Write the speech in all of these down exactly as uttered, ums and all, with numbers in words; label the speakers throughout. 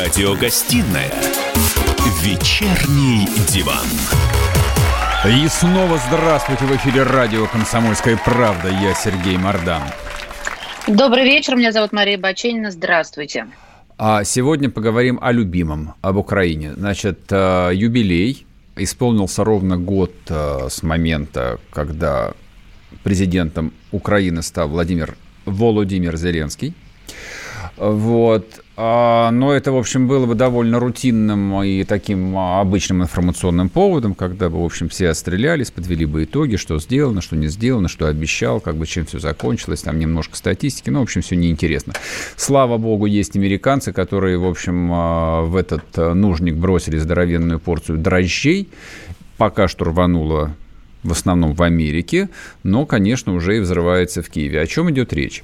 Speaker 1: Радиогостинная «Вечерний диван».
Speaker 2: И снова здравствуйте, в эфире радио «Комсомольская правда». Я Сергей Мордан.
Speaker 3: Добрый вечер, меня зовут Мария Баченина. Здравствуйте.
Speaker 2: А сегодня поговорим о любимом, об Украине. Значит, юбилей. Исполнился ровно год с момента, когда президентом Украины стал Владимир Володимир Зеленский. Вот. Но это, в общем, было бы довольно рутинным и таким обычным информационным поводом, когда бы, в общем, все отстрелялись, подвели бы итоги, что сделано, что не сделано, что обещал, как бы чем все закончилось, там немножко статистики, ну, в общем, все неинтересно. Слава богу, есть американцы, которые, в общем, в этот нужник бросили здоровенную порцию дрожжей, пока что рвануло в основном в Америке, но, конечно, уже и взрывается в Киеве. О чем идет речь?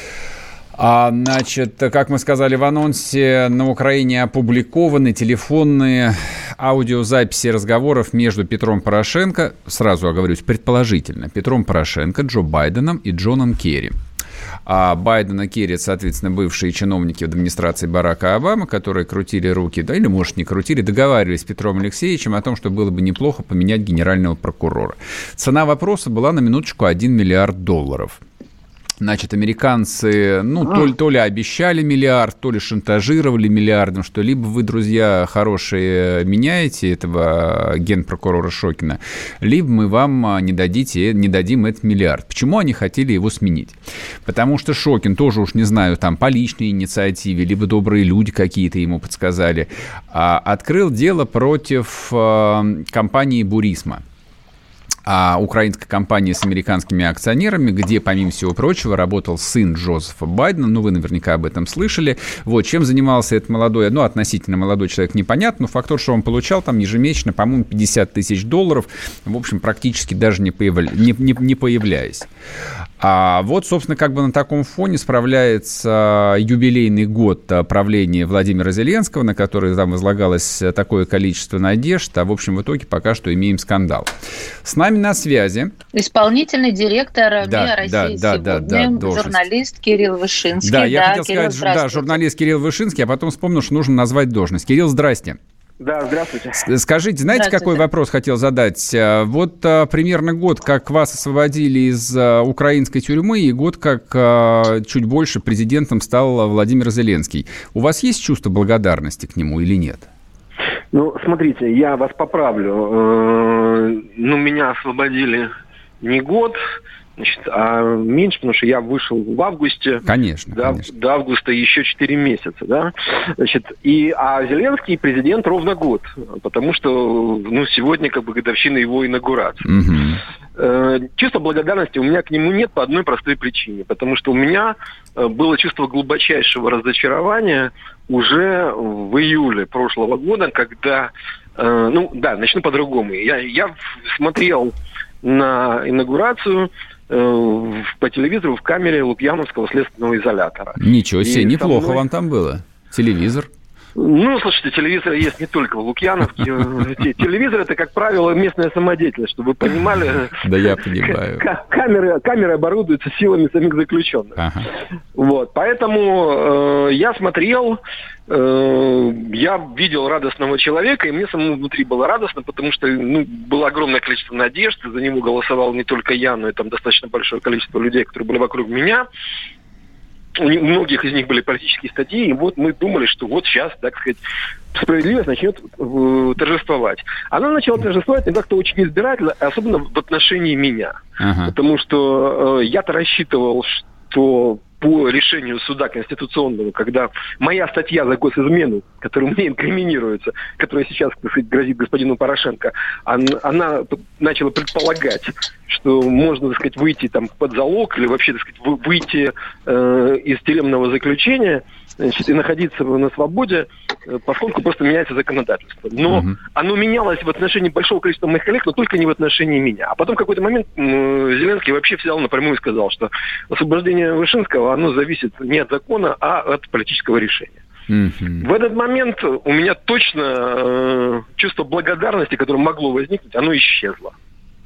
Speaker 2: А, значит, как мы сказали в анонсе, на Украине опубликованы телефонные аудиозаписи разговоров между Петром Порошенко, сразу оговорюсь, предположительно, Петром Порошенко, Джо Байденом и Джоном Керри. А Байден и Керри, соответственно, бывшие чиновники в администрации Барака Обамы, которые крутили руки, да или, может, не крутили, договаривались с Петром Алексеевичем о том, что было бы неплохо поменять генерального прокурора. Цена вопроса была на минуточку один миллиард долларов. Значит, американцы, ну, то ли, то ли обещали миллиард, то ли шантажировали миллиардом, что либо вы, друзья хорошие, меняете этого генпрокурора Шокина, либо мы вам не, дадите, не дадим этот миллиард. Почему они хотели его сменить? Потому что Шокин, тоже уж не знаю, там по личной инициативе, либо добрые люди какие-то ему подсказали, открыл дело против компании «Бурисма». А украинская компания с американскими акционерами, где, помимо всего прочего, работал сын Джозефа Байдена, ну, вы наверняка об этом слышали. Вот, чем занимался этот молодой, ну, относительно молодой человек, непонятно, но факт тот, что он получал там ежемесячно, по-моему, пятьдесят тысяч долларов, в общем, практически даже не, появля... не, не, не появляясь. А вот, собственно, как бы на таком фоне справляется юбилейный год правления Владимира Зеленского, на который там возлагалось такое количество надежд, а, в общем, в итоге пока что имеем скандал. С нами на связи
Speaker 3: исполнительный директор
Speaker 2: да,
Speaker 3: МИА России
Speaker 2: да,
Speaker 3: сегодня,
Speaker 2: да, да, да,
Speaker 3: журналист Кирилл Вышинский.
Speaker 2: Да, я
Speaker 3: да,
Speaker 2: хотел
Speaker 3: Кирилл,
Speaker 2: сказать, да, журналист Кирилл Вышинский, а потом вспомнил, что нужно назвать должность. Кирилл, здрасте.
Speaker 4: Да, здравствуйте.
Speaker 2: Скажите, знаете, какой вопрос хотел задать? Вот а, примерно год, как вас освободили из а, украинской тюрьмы, и год, как а, чуть больше президентом стал Владимир Зеленский. У вас есть чувство благодарности к нему или нет?
Speaker 4: Ну, смотрите, я вас поправлю. Ну, меня освободили не год, значит, а меньше, потому что я вышел в августе.
Speaker 2: Конечно,
Speaker 4: до,
Speaker 2: конечно.
Speaker 4: До августа еще четыре месяца, да. Значит, и, а Зеленский президент ровно год, потому что, ну, сегодня как бы годовщина его инаугурации. Угу. Чувства благодарности у меня к нему нет по одной простой причине, потому что у меня было чувство глубочайшего разочарования уже в июле прошлого года, когда, ну, да, начну по-другому. Я, я смотрел на инаугурацию э, по телевизору в камере Лукьяновского следственного изолятора.
Speaker 2: Ничего себе,
Speaker 4: и
Speaker 2: неплохо
Speaker 4: мной...
Speaker 2: вам там было. Телевизор.
Speaker 4: Ну, слушайте, телевизор есть не только в Лукьяновке. Телевизор — это, как правило, местная самодеятельность, чтобы вы понимали.
Speaker 2: Да, я понимаю.
Speaker 4: Камеры, камеры оборудуются силами самих заключенных. Ага. Вот, поэтому э, я смотрел, э, я видел радостного человека, и мне самому внутри было радостно, потому что, ну, было огромное количество надежд, за него голосовал не только я, но и там достаточно большое количество людей, которые были вокруг меня. У многих из них были политические статьи, и вот мы думали, что вот сейчас, так сказать, справедливость начнет э, торжествовать. Она начала торжествовать, но как-то очень избирательно, особенно в отношении меня. Ага. Потому что э, я-то рассчитывал, что по решению суда конституционного, когда моя статья за госизмену, которая мне инкриминируется, которая сейчас, так сказать, грозит господину Порошенко, она, она начала предполагать, что можно, так сказать, выйти там под залог или вообще, так сказать, выйти э, из тюремного заключения, значит, и находиться на свободе, поскольку просто меняется законодательство. Но угу. оно менялось в отношении большого количества моих коллег, но только не в отношении меня. А потом в какой-то момент э, Зеленский вообще взял напрямую и сказал, что освобождение Вышинского, оно зависит не от закона, а от политического решения. Mm-hmm. В этот момент у меня точно э, чувство благодарности, которое могло возникнуть, оно исчезло.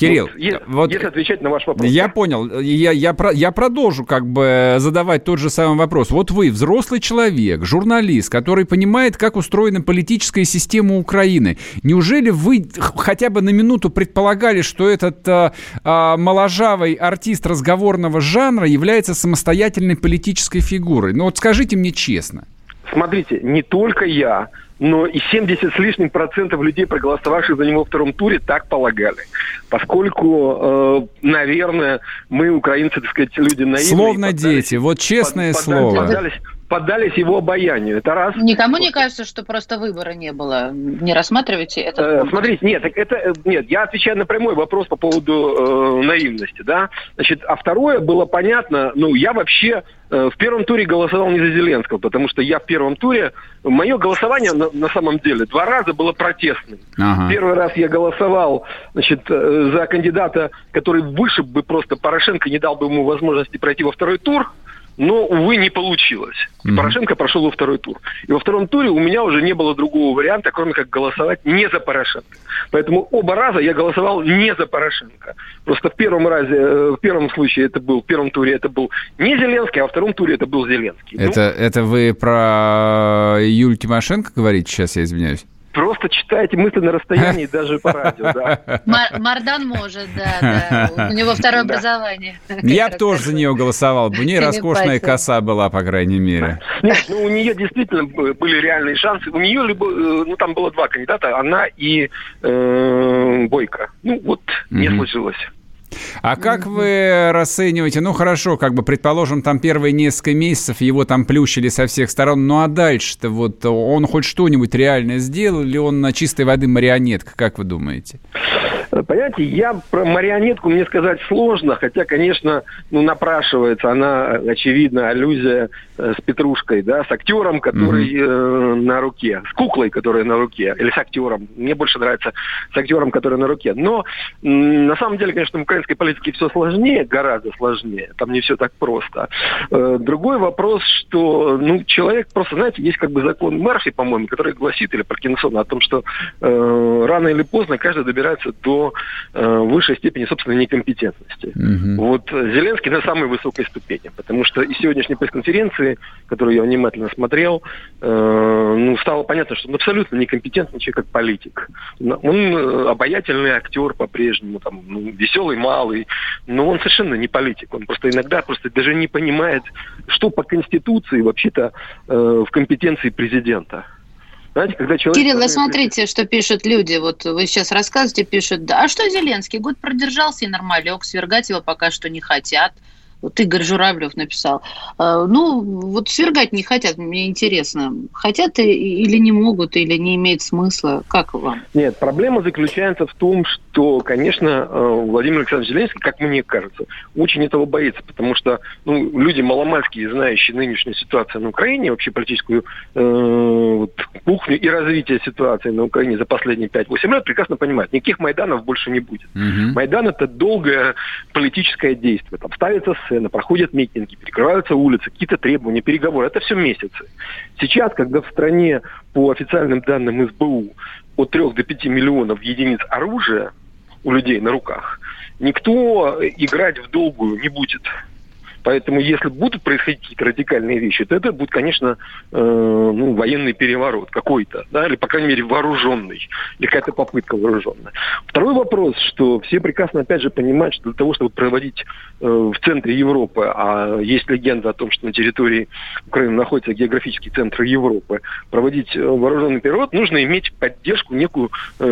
Speaker 2: Кирилл,
Speaker 4: вот, если,
Speaker 2: вот
Speaker 4: если отвечать на ваш вопрос.
Speaker 2: Я понял. Я, я, я продолжу как бы задавать тот же самый вопрос. Вот вы, взрослый человек, журналист, который понимает, как устроена политическая система Украины. Неужели вы хотя бы на минуту предполагали, что этот а, а, моложавый артист разговорного жанра является самостоятельной политической фигурой? Ну вот скажите мне честно.
Speaker 4: Смотрите, не только я, но и семьдесят с лишним процентов людей, проголосовавших за него во втором туре, так полагали. Поскольку, э, наверное, мы, украинцы, так сказать, люди наивные.
Speaker 2: Словно дети, вот честное
Speaker 4: под,
Speaker 2: слово.
Speaker 4: Поддались, поддались его обаянию. Это раз.
Speaker 3: Никому не кажется, что просто выбора не было? Не рассматривайте это?
Speaker 4: Э, смотрите, нет, это, нет, я отвечаю на прямой вопрос по поводу э, наивности, да. Значит, а второе было понятно, ну, я вообще э, в первом туре голосовал не за Зеленского, потому что я в первом туре, мое голосование на, на самом деле два раза было протестным. Ага. Первый раз я голосовал, значит, э, за кандидата, который вышиб бы просто Порошенко, не дал бы ему возможности пройти во второй тур. Но, увы, не получилось. И mm-hmm. Порошенко прошел во второй тур. И во втором туре у меня уже не было другого варианта, кроме как голосовать не за Порошенко. Поэтому оба раза я голосовал не за Порошенко. Просто в первом разе, в первом случае это был, в первом туре это был не Зеленский, а во втором туре это был Зеленский.
Speaker 2: Это, ну, это вы про Юлию Тимошенко говорите сейчас, я извиняюсь?
Speaker 4: Просто читайте мысли на расстоянии даже по радио, да.
Speaker 3: Мардан может, да, да. У него второе образование.
Speaker 2: Я бы тоже за нее голосовал. У нее роскошная коса была, по крайней мере.
Speaker 4: Нет, ну у нее действительно были реальные шансы. У нее, ну там было два кандидата, она и Бойко. Ну вот, не случилось.
Speaker 2: А как вы расцениваете, ну хорошо, как бы, предположим, там первые несколько месяцев его там плющили со всех сторон, ну а дальше-то вот он хоть что-нибудь реальное сделал, или он на чистой воды марионетка, как вы думаете?
Speaker 4: Понимаете, я про марионетку мне сказать сложно, хотя, конечно, ну, напрашивается она, очевидно, аллюзия э, с Петрушкой, да, с актером, который mm-hmm. э, на руке, с куклой, которая на руке, или с актером. Мне больше нравится с актером, который на руке. Но м- на самом деле, конечно, в украинской политике все сложнее, гораздо сложнее. Там не все так просто. Э, другой вопрос, что, ну, человек просто, знаете, есть как бы закон Мерфи, по-моему, который гласит, или Паркинсона, о том, что э, рано или поздно каждый добирается до высшей степени собственной некомпетентности. Mm-hmm. Вот Зеленский на самой высокой ступени, потому что из сегодняшней пресс-конференции, которую я внимательно смотрел, э, ну, стало понятно, что он абсолютно некомпетентный человек как политик. Он обаятельный актер по-прежнему, там, ну, веселый, малый, но он совершенно не политик. Он просто иногда просто даже не понимает, что по Конституции вообще-то э, в компетенции президента. Знаете, когда человек...
Speaker 3: Кирилл, вы смотрите, что пишут люди. Вот вы сейчас рассказываете, пишут, да, а что Зеленский? Год продержался и нормалек, свергать его пока что не хотят. Вот Игорь Журавлев написал. Ну, вот свергать не хотят, мне интересно. Хотят или не могут, или не имеет смысла? Как вам?
Speaker 4: Нет, проблема заключается в том, что, конечно, Владимир Александрович Зеленский, как мне кажется, очень этого боится, потому что ну, люди маломальские, знающие нынешнюю ситуацию на Украине, вообще политическую э, вот, кухню и развитие ситуации на Украине за последние пять-восемь лет, прекрасно понимают, никаких Майданов больше не будет. Угу. Майдан – это долгое политическое действие. Там ставится сцена, проходят митинги, перекрываются улицы, какие-то требования, переговоры. Это все месяцы. Сейчас, когда в стране, по официальным данным эс бэ у, от трёх до пяти миллионов единиц оружия у людей на руках, никто играть в долгую не будет. Поэтому, если будут происходить какие-то радикальные вещи, то это будет, конечно, э, ну, военный переворот какой-то, да, или, по крайней мере, вооруженный, или какая-то попытка вооруженная. Второй вопрос, что все прекрасно, опять же, понимают, что для того, чтобы проводить э, в центре Европы, а есть легенда о том, что на территории Украины находится географический центр Европы, проводить вооруженный переворот, нужно иметь поддержку, некую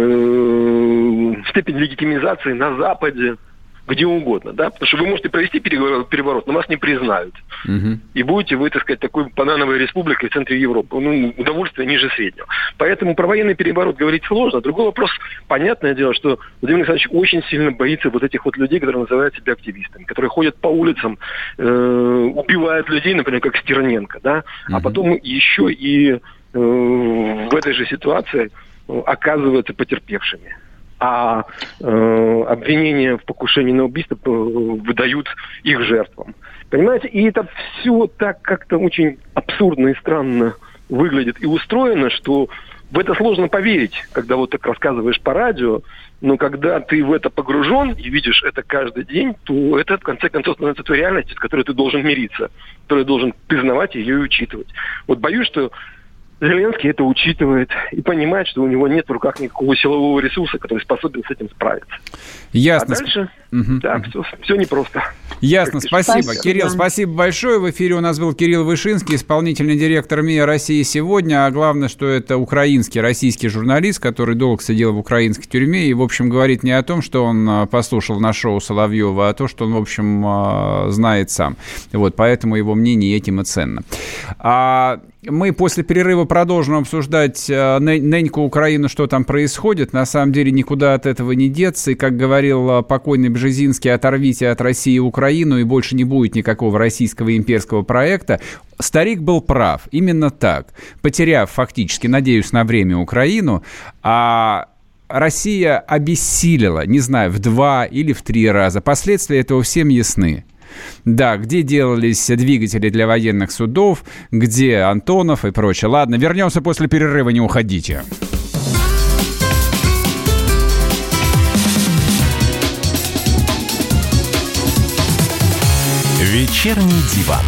Speaker 4: э, степень легитимизации на Западе, где угодно, да, потому что вы можете провести переворот, но вас не признают. Uh-huh. И будете вы, так сказать, такой банановой республикой в центре Европы. Ну, удовольствие ниже среднего. Поэтому про военный переворот говорить сложно. Другой вопрос, понятное дело, что Владимир Александрович очень сильно боится вот этих вот людей, которые называют себя активистами, которые ходят по улицам, э, убивают людей, например, как Стерненко, да, uh-huh. а потом еще и э, в этой же ситуации оказываются потерпевшими. А э, обвинения в покушении на убийство выдают их жертвам. Понимаете? И это все так как-то очень абсурдно и странно выглядит и устроено, что в это сложно поверить, когда вот так рассказываешь по радио, но когда ты в это погружен и видишь это каждый день, то это, в конце концов, становится той реальностью, с которой ты должен мириться, которую должен признавать ее и учитывать. Вот боюсь, что Зеленский это учитывает и понимает, что у него нет в руках никакого силового ресурса, который способен с этим справиться.
Speaker 2: Ясно.
Speaker 4: А дальше,
Speaker 2: угу.
Speaker 4: да, все, все непросто.
Speaker 2: Ясно, спасибо.
Speaker 3: спасибо.
Speaker 2: Кирилл, спасибо большое. В эфире у нас был Кирилл Вышинский, исполнительный директор МИА «Россия сегодня», а главное, что это украинский, российский журналист, который долго сидел в украинской тюрьме и, в общем, говорит не о том, что он послушал на шоу Соловьева, а то, что он, в общем, знает сам. Вот, поэтому его мнение этим и ценно. А мы после перерыва продолжим обсуждать ныньку Украину, что там происходит. На самом деле никуда от этого не деться. И, как говорил покойный Бжезинский, оторвите от России Украину, и больше не будет никакого российского имперского проекта. Старик был прав. Именно так. Потеряв фактически, надеюсь, на время Украину, а Россия обессилила, не знаю, в два или в три раза. Последствия этого всем ясны. Да, где делались двигатели для военных судов, где Антонов и прочее. Ладно, вернемся после перерыва, не уходите.
Speaker 1: Вечерний диван.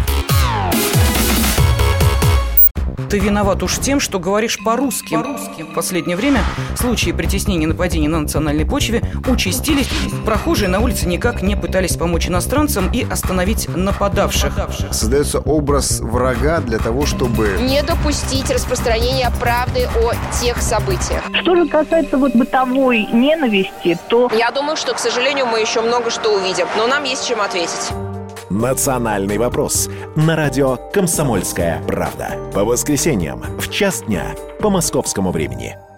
Speaker 5: Ты виноват уж тем, что говоришь по-русски. по-русски. В последнее время случаи притеснения и нападений на национальной почве участились. Прохожие на улице никак не пытались помочь иностранцам и остановить нападавших.
Speaker 6: Создается образ врага для того, чтобы
Speaker 7: не допустить распространения правды о тех событиях.
Speaker 8: Что же касается вот бытовой ненависти, то...
Speaker 7: Я думаю, что, к сожалению, мы еще много что увидим, но нам есть чем ответить.
Speaker 1: «Национальный вопрос» на радио «Комсомольская правда». По воскресеньям в час дня по московскому времени.